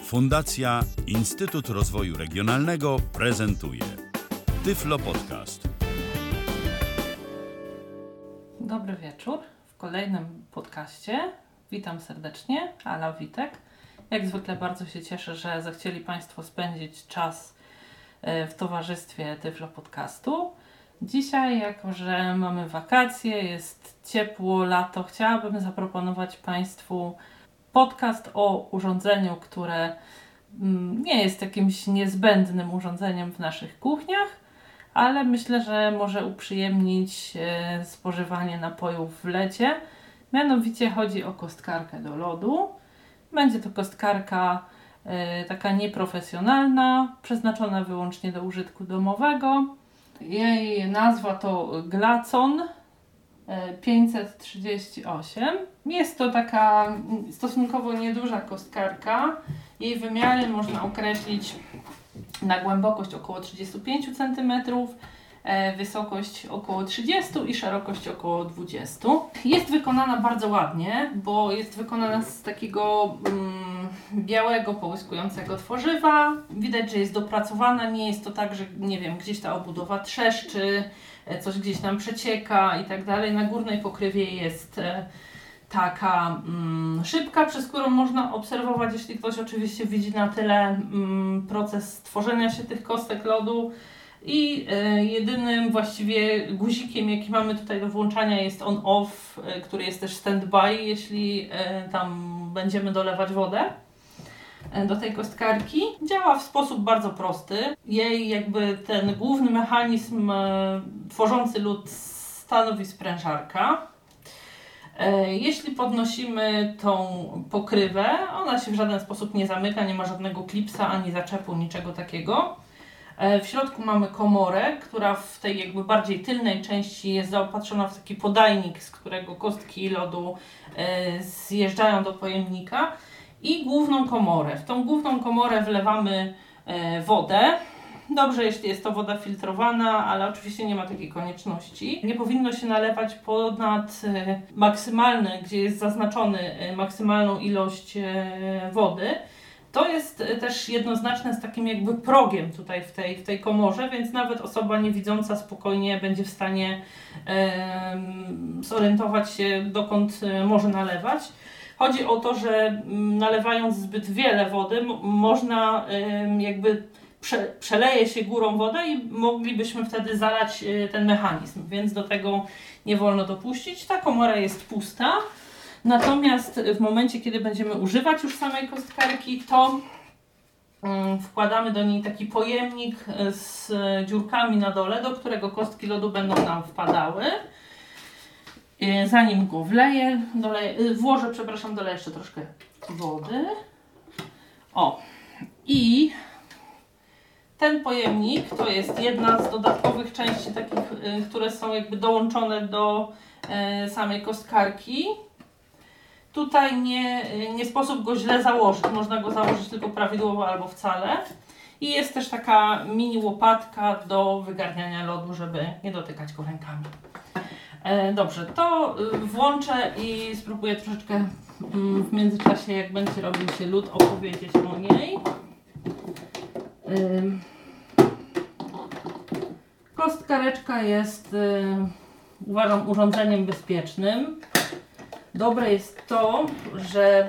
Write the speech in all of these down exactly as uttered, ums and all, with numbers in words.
Fundacja Instytut Rozwoju Regionalnego prezentuje Tyflo Podcast. Dobry wieczór w kolejnym podcaście. Witam serdecznie, Ala Witek. Jak zwykle bardzo się cieszę, że zechcieli Państwo spędzić czas w towarzystwie Tyflo Podcastu. Dzisiaj, jako że mamy wakacje, jest ciepło, lato, chciałabym zaproponować Państwu podcast o urządzeniu, które nie jest jakimś niezbędnym urządzeniem w naszych kuchniach, ale myślę, że może uprzyjemnić spożywanie napojów w lecie. Mianowicie chodzi o kostkarkę do lodu. Będzie to kostkarka taka nieprofesjonalna, przeznaczona wyłącznie do użytku domowego. Jej nazwa to Glacon pięćset trzydzieści osiem. Jest to taka stosunkowo nieduża kostkarka. Jej wymiary można określić na głębokość około trzydzieści pięć centymetrów, wysokość około trzydzieści i szerokość około dwadzieścia. Jest wykonana bardzo ładnie, bo jest wykonana z takiego mm, białego, połyskującego tworzywa. Widać, że jest dopracowana, nie jest to tak, że nie wiem, gdzieś ta obudowa trzeszczy, coś gdzieś nam przecieka i tak dalej. Na górnej pokrywie jest e, taka mm, szybka, przez którą można obserwować, jeśli ktoś oczywiście widzi na tyle mm, proces tworzenia się tych kostek lodu. I y, jedynym właściwie guzikiem, jaki mamy tutaj do włączania, jest on-off, y, który jest też stand-by, jeśli y, tam będziemy dolewać wodę y, do tej kostkarki. Działa w sposób bardzo prosty. Jej jakby ten główny mechanizm y, tworzący lód stanowi sprężarka. Y, jeśli podnosimy tą pokrywę, ona się w żaden sposób nie zamyka, nie ma żadnego klipsa ani zaczepu, niczego takiego. W środku mamy komorę, która w tej jakby bardziej tylnej części jest zaopatrzona w taki podajnik, z którego kostki lodu e, zjeżdżają do pojemnika, i główną komorę. W tą główną komorę wlewamy e, wodę. Dobrze, jeśli jest to woda filtrowana, ale oczywiście nie ma takiej konieczności. Nie powinno się nalewać ponad e, maksymalny, gdzie jest zaznaczony e, maksymalną ilość e, wody. To jest też jednoznaczne z takim jakby progiem tutaj w tej, w tej komorze, więc nawet osoba niewidząca spokojnie będzie w stanie e, zorientować się, dokąd może nalewać. Chodzi o to, że nalewając zbyt wiele wody, m- można e, jakby prze, przeleje się górą woda i moglibyśmy wtedy zalać e, ten mechanizm, więc do tego nie wolno dopuścić. Ta komora jest pusta. Natomiast w momencie, kiedy będziemy używać już samej kostkarki, to um, wkładamy do niej taki pojemnik z dziurkami na dole, do którego kostki lodu będą nam wpadały. I zanim go wleję, doleję, włożę, przepraszam, doleję jeszcze troszkę wody. O! I ten pojemnik to jest jedna z dodatkowych części takich, które są jakby dołączone do e, samej kostkarki. Tutaj nie, nie sposób go źle założyć, można go założyć tylko prawidłowo albo wcale. I jest też taka mini łopatka do wygarniania lodu, żeby nie dotykać go rękami. E, dobrze, to włączę i spróbuję troszeczkę w międzyczasie, jak będzie robił się lód, opowiedzieć o niej. E, kostkareczka jest, e, uważam, urządzeniem bezpiecznym. Dobre jest to, że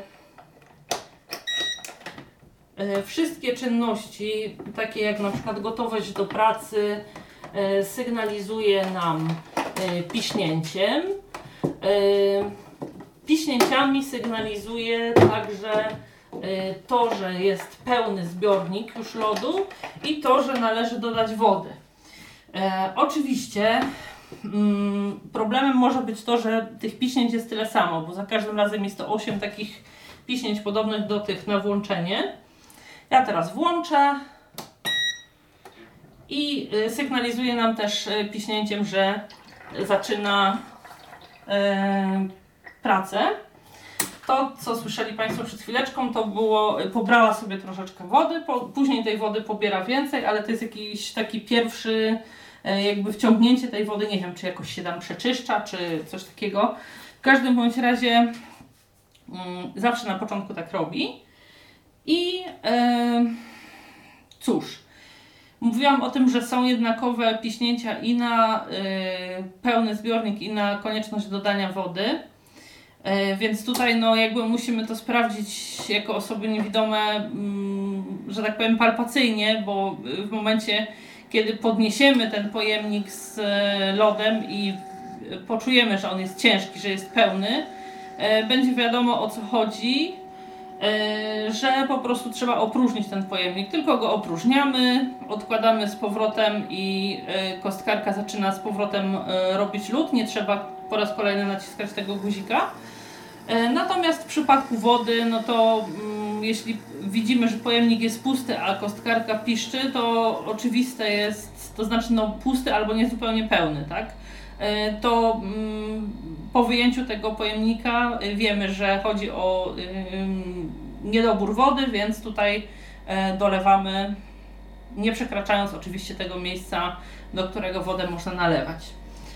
e, wszystkie czynności, takie jak na przykład gotowość do pracy, e, sygnalizuje nam e, piśnięciem. E, piśnięciami sygnalizuje także e, to, że jest pełny zbiornik już lodu i to, że należy dodać wody. E, oczywiście problemem może być to, że tych piśnięć jest tyle samo, bo za każdym razem jest to osiem takich piśnięć podobnych do tych na włączenie. Ja teraz włączę i sygnalizuje nam też piśnięciem, że zaczyna e, pracę. To, co słyszeli Państwo przed chwileczką, to było, pobrała sobie troszeczkę wody, po, później tej wody pobiera więcej, ale to jest jakiś taki pierwszy jakby wciągnięcie tej wody, nie wiem, czy jakoś się tam przeczyszcza, czy coś takiego. W każdym bądź razie um, zawsze na początku tak robi. I e, cóż, mówiłam o tym, że są jednakowe piśnięcia i na y, pełny zbiornik, i na konieczność dodania wody. Y, więc tutaj no jakby musimy to sprawdzić jako osoby niewidome, mm, że tak powiem palpacyjnie, bo w momencie, kiedy podniesiemy ten pojemnik z y, lodem i poczujemy, że on jest ciężki, że jest pełny, y, będzie wiadomo, o co chodzi. Że po prostu trzeba opróżnić ten pojemnik. Tylko go opróżniamy, odkładamy z powrotem i kostkarka zaczyna z powrotem robić lód. Nie trzeba po raz kolejny naciskać tego guzika. Natomiast w przypadku wody, no to mm, jeśli widzimy, że pojemnik jest pusty, a kostkarka piszczy, to oczywiste jest, to znaczy no pusty albo niezupełnie pełny, tak? To mm, po wyjęciu tego pojemnika wiemy, że chodzi o y, niedobór wody, więc tutaj y, dolewamy, nie przekraczając oczywiście tego miejsca, do którego wodę można nalewać.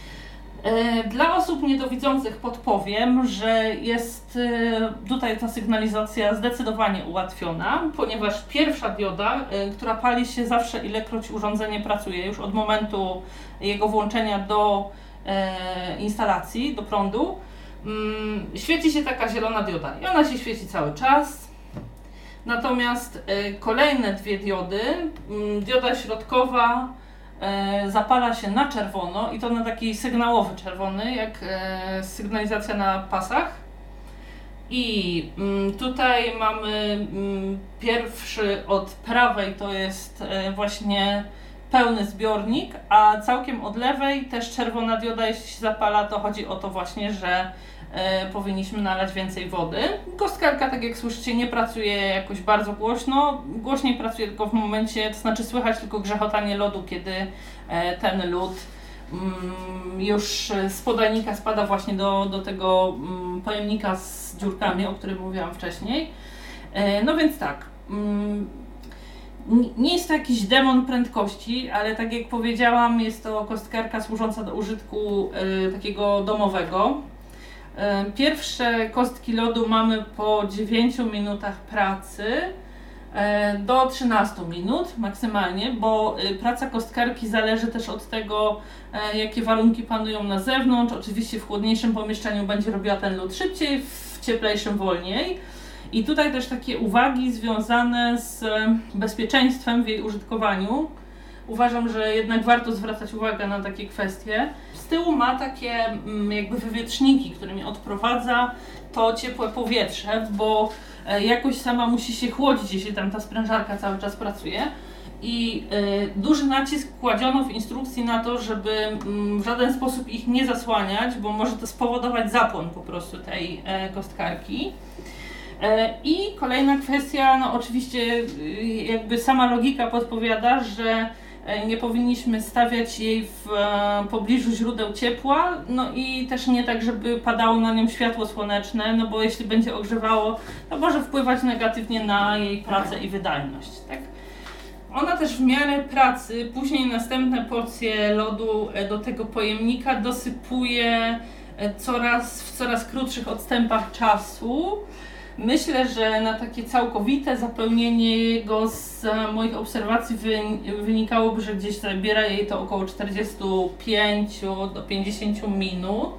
Y, dla osób niedowidzących podpowiem, że jest y, tutaj ta sygnalizacja zdecydowanie ułatwiona, ponieważ pierwsza dioda, y, która pali się zawsze ilekroć urządzenie pracuje, już od momentu jego włączenia do instalacji, do prądu, świeci się taka zielona dioda i ona się świeci cały czas. Natomiast kolejne dwie diody, dioda środkowa zapala się na czerwono i to na taki sygnałowy czerwony, jak sygnalizacja na pasach. I tutaj mamy pierwszy od prawej, to jest właśnie pełny zbiornik, a całkiem od lewej też czerwona dioda, jeśli się zapala, to chodzi o to właśnie, że e, powinniśmy nalać więcej wody. Kostkarka, tak jak słyszycie, nie pracuje jakoś bardzo głośno, głośniej pracuje tylko w momencie, to znaczy słychać tylko grzechotanie lodu, kiedy e, ten lód mm, już z podajnika spada właśnie do, do tego mm, pojemnika z dziurkami, o którym mówiłam wcześniej. E, no więc tak, mm, nie jest to jakiś demon prędkości, ale tak jak powiedziałam, jest to kostkarka służąca do użytku y, takiego domowego. Y, pierwsze kostki lodu mamy po dziewięciu minutach pracy y, do trzynastu minut maksymalnie, bo y, praca kostkarki zależy też od tego, y, jakie warunki panują na zewnątrz. Oczywiście w chłodniejszym pomieszczeniu będzie robiła ten lód szybciej, w cieplejszym wolniej. I tutaj też takie uwagi związane z bezpieczeństwem w jej użytkowaniu. Uważam, że jednak warto zwracać uwagę na takie kwestie. Z tyłu ma takie jakby wywietrzniki, którymi odprowadza to ciepłe powietrze, bo jakoś sama musi się chłodzić, jeśli tam ta sprężarka cały czas pracuje. I y, duży nacisk kładziono w instrukcji na to, żeby mm, w żaden sposób ich nie zasłaniać, bo może to spowodować zapłon po prostu tej e, kostkarki. I kolejna kwestia, no oczywiście jakby sama logika podpowiada, że nie powinniśmy stawiać jej w pobliżu źródeł ciepła, no i też nie tak, żeby padało na nią światło słoneczne, no bo jeśli będzie ogrzewało, to może wpływać negatywnie na jej pracę i wydajność, tak? Ona też w miarę pracy, później następne porcje lodu do tego pojemnika dosypuje coraz, w coraz krótszych odstępach czasu. Myślę, że na takie całkowite zapełnienie jego z moich obserwacji wynikałoby, że gdzieś zabiera jej to około czterdzieści pięć do pięćdziesięciu minut.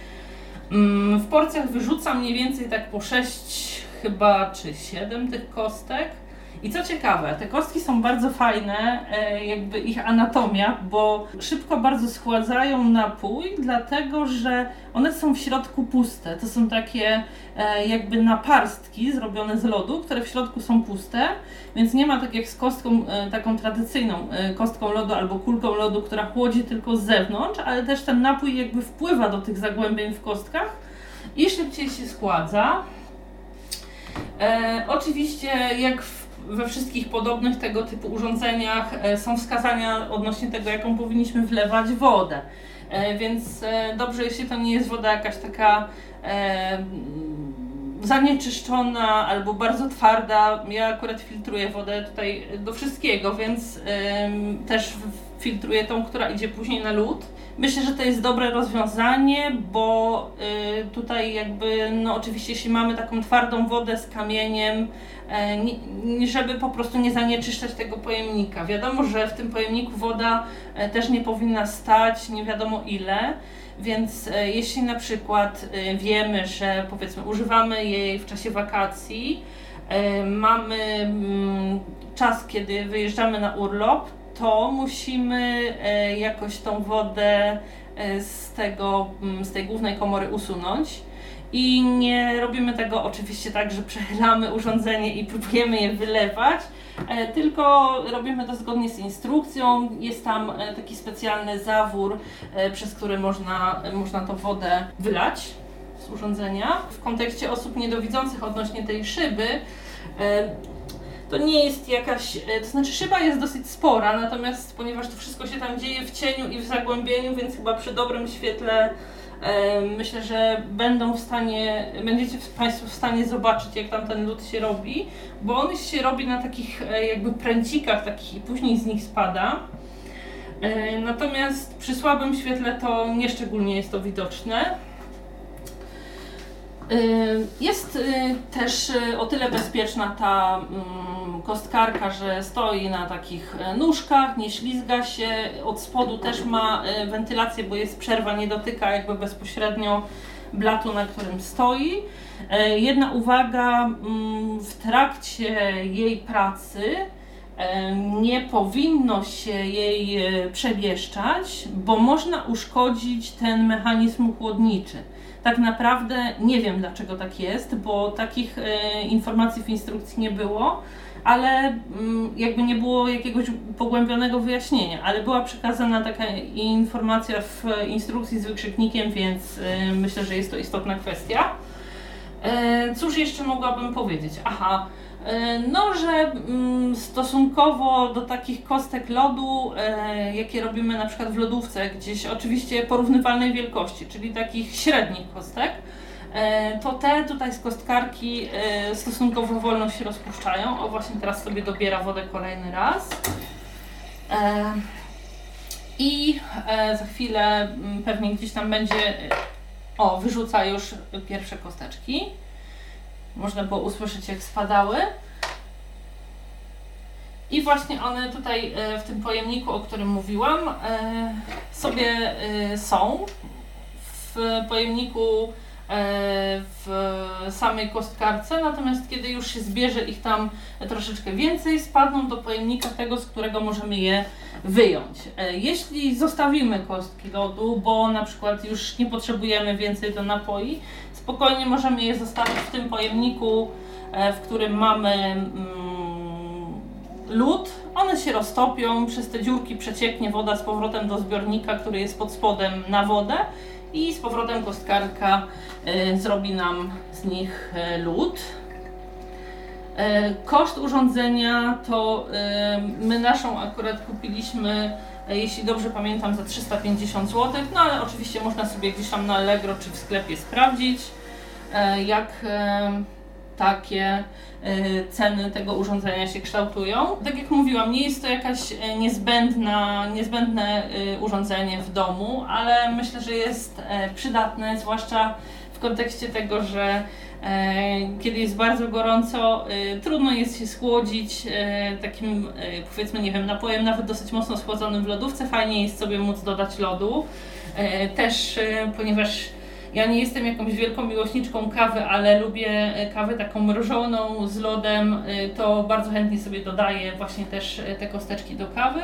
W porcjach wyrzucam mniej więcej tak po sześć chyba czy siedem tych kostek. I co ciekawe, te kostki są bardzo fajne, jakby ich anatomia, bo szybko bardzo schładzają napój, dlatego że one są w środku puste. To są takie jakby naparstki zrobione z lodu, które w środku są puste, więc nie ma tak jak z kostką taką tradycyjną kostką lodu albo kulką lodu, która chłodzi tylko z zewnątrz, ale też ten napój jakby wpływa do tych zagłębień w kostkach i szybciej się schładza. E, oczywiście jak w we wszystkich podobnych tego typu urządzeniach są wskazania odnośnie tego, jaką powinniśmy wlewać wodę. Więc dobrze, jeśli to nie jest woda jakaś taka e, zanieczyszczona albo bardzo twarda. Ja akurat filtruję wodę tutaj do wszystkiego, więc e, też filtruje tą, która idzie później na lód. Myślę, że to jest dobre rozwiązanie, bo y, tutaj jakby, no oczywiście jeśli mamy taką twardą wodę z kamieniem, y, nie, żeby po prostu nie zanieczyszczać tego pojemnika. Wiadomo, że w tym pojemniku woda y, też nie powinna stać, nie wiadomo ile, więc y, jeśli na przykład y, wiemy, że powiedzmy używamy jej w czasie wakacji, y, mamy y, czas, kiedy wyjeżdżamy na urlop, to musimy e, jakoś tą wodę e, z, tego, z tej głównej komory usunąć i nie robimy tego oczywiście tak, że przechylamy urządzenie i próbujemy je wylewać, e, tylko robimy to zgodnie z instrukcją. Jest tam e, taki specjalny zawór, e, przez który można, e, można tą wodę wylać z urządzenia. W kontekście osób niedowidzących odnośnie tej szyby, e, to nie jest jakaś, to znaczy szyba jest dosyć spora, natomiast ponieważ to wszystko się tam dzieje w cieniu i w zagłębieniu, więc chyba przy dobrym świetle e, myślę, że będą w stanie, będziecie Państwo w stanie zobaczyć, jak tam ten lód się robi, bo on się robi na takich e, jakby pręcikach takich i później z nich spada. E, natomiast przy słabym świetle to nieszczególnie jest to widoczne. Jest też o tyle bezpieczna ta kostkarka, że stoi na takich nóżkach, nie ślizga się, od spodu też ma wentylację, bo jest przerwa, nie dotyka jakby bezpośrednio blatu, na którym stoi. Jedna uwaga, w trakcie jej pracy nie powinno się jej przewieszczać, bo można uszkodzić ten mechanizm chłodniczy. Tak naprawdę nie wiem, dlaczego tak jest, bo takich e, informacji w instrukcji nie było, ale mm, jakby nie było jakiegoś pogłębionego wyjaśnienia, ale była przekazana taka informacja w instrukcji z wykrzyknikiem, więc e, myślę, że jest to istotna kwestia. E, cóż jeszcze mogłabym powiedzieć? Aha, e, no, że mm, stosunkowo do takich kostek lodu, e, jakie robimy na przykład w lodówce, gdzieś oczywiście porównywalnej wielkości, czyli takich średnich kostek, e, to te tutaj z kostkarki e, stosunkowo wolno się rozpuszczają. O, właśnie teraz sobie dobiera wodę kolejny raz. E, I e, za chwilę m, pewnie gdzieś tam będzie... O, wyrzuca już pierwsze kosteczki. Można było usłyszeć, jak spadały. I właśnie one tutaj w tym pojemniku, o którym mówiłam, sobie są. W pojemniku w samej kostkarce, natomiast kiedy już się zbierze ich tam troszeczkę więcej, spadną do pojemnika tego, z którego możemy je wyjąć. Jeśli zostawimy kostki lodu, bo na przykład już nie potrzebujemy więcej do napoi, spokojnie możemy je zostawić w tym pojemniku, w którym mamy mm, lód. One się roztopią, przez te dziurki przecieknie woda z powrotem do zbiornika, który jest pod spodem, na wodę. I z powrotem kostkarka y, zrobi nam z nich y, lód. Y, koszt urządzenia to y, my naszą akurat kupiliśmy, y, jeśli dobrze pamiętam, za trzysta pięćdziesiąt złotych, no ale oczywiście można sobie gdzieś tam na Allegro czy w sklepie sprawdzić, y, jak y, takie y, ceny tego urządzenia się kształtują. Tak jak mówiłam, nie jest to jakaś y, niezbędna, niezbędne y, urządzenie w domu, ale myślę, że jest y, przydatne, zwłaszcza w kontekście tego, że y, kiedy jest bardzo gorąco, y, trudno jest się schłodzić y, takim, y, powiedzmy, nie wiem, napojem nawet dosyć mocno schłodzonym w lodówce. Fajnie jest sobie móc dodać lodu. Y, też, y, ponieważ ja nie jestem jakąś wielką miłośniczką kawy, ale lubię kawę taką mrożoną z lodem, to bardzo chętnie sobie dodaję właśnie też te kosteczki do kawy.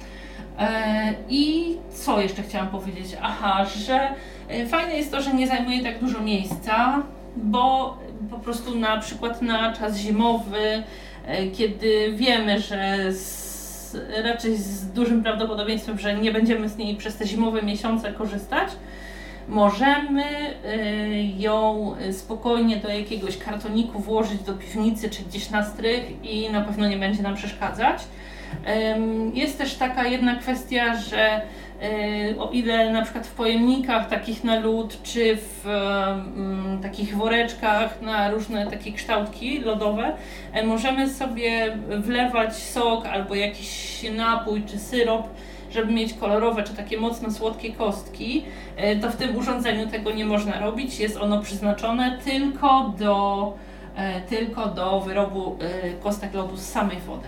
I co jeszcze chciałam powiedzieć? Aha, że fajne jest to, że nie zajmuje tak dużo miejsca, bo po prostu na przykład na czas zimowy, kiedy wiemy, że z, raczej z dużym prawdopodobieństwem, że nie będziemy z niej przez te zimowe miesiące korzystać, możemy ją spokojnie do jakiegoś kartoniku włożyć do piwnicy czy gdzieś na strych i na pewno nie będzie nam przeszkadzać. Jest też taka jedna kwestia, że o ile na przykład w pojemnikach takich na lód czy w takich woreczkach na różne takie kształtki lodowe możemy sobie wlewać sok albo jakiś napój czy syrop żeby mieć kolorowe czy takie mocno słodkie kostki, to w tym urządzeniu tego nie można robić. Jest ono przeznaczone tylko do, tylko do wyrobu kostek lodu z samej wody.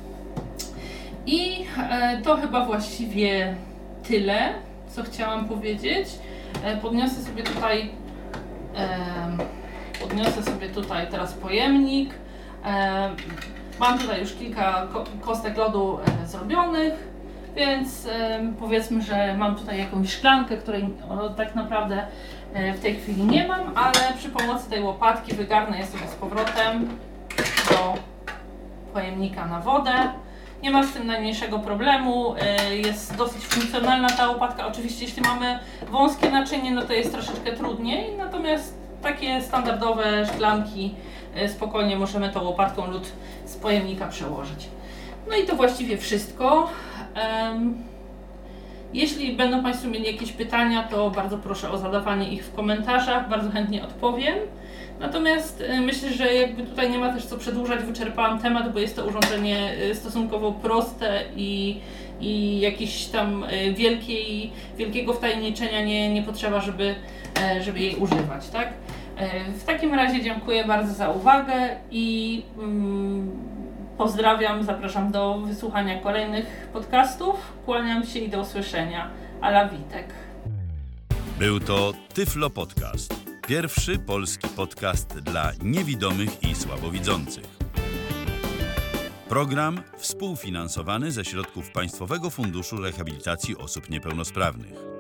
I to chyba właściwie tyle, co chciałam powiedzieć. Podniosę sobie tutaj podniosę sobie tutaj teraz pojemnik. Mam tutaj już kilka kostek lodu zrobionych, więc powiedzmy, że mam tutaj jakąś szklankę, której tak naprawdę w tej chwili nie mam, ale przy pomocy tej łopatki wygarnę je sobie z powrotem do pojemnika na wodę. Nie ma z tym najmniejszego problemu, jest dosyć funkcjonalna ta łopatka. Oczywiście jeśli mamy wąskie naczynie, no to jest troszeczkę trudniej, natomiast takie standardowe szklanki spokojnie możemy tą łopatką lód z pojemnika przełożyć. No i to właściwie wszystko. Jeśli będą Państwo mieli jakieś pytania, to bardzo proszę o zadawanie ich w komentarzach, bardzo chętnie odpowiem. Natomiast myślę, że jakby tutaj nie ma też co przedłużać, wyczerpałam temat, bo jest to urządzenie stosunkowo proste i, i jakiejś tam wielkiej, wielkiego wtajemniczenia nie, nie potrzeba, żeby, żeby jej używać, tak? W takim razie dziękuję bardzo za uwagę i mm, pozdrawiam, zapraszam do wysłuchania kolejnych podcastów. Kłaniam się i do usłyszenia. Ala Witek. Był to Tyflo Podcast. Pierwszy polski podcast dla niewidomych i słabowidzących. Program współfinansowany ze środków Państwowego Funduszu Rehabilitacji Osób Niepełnosprawnych.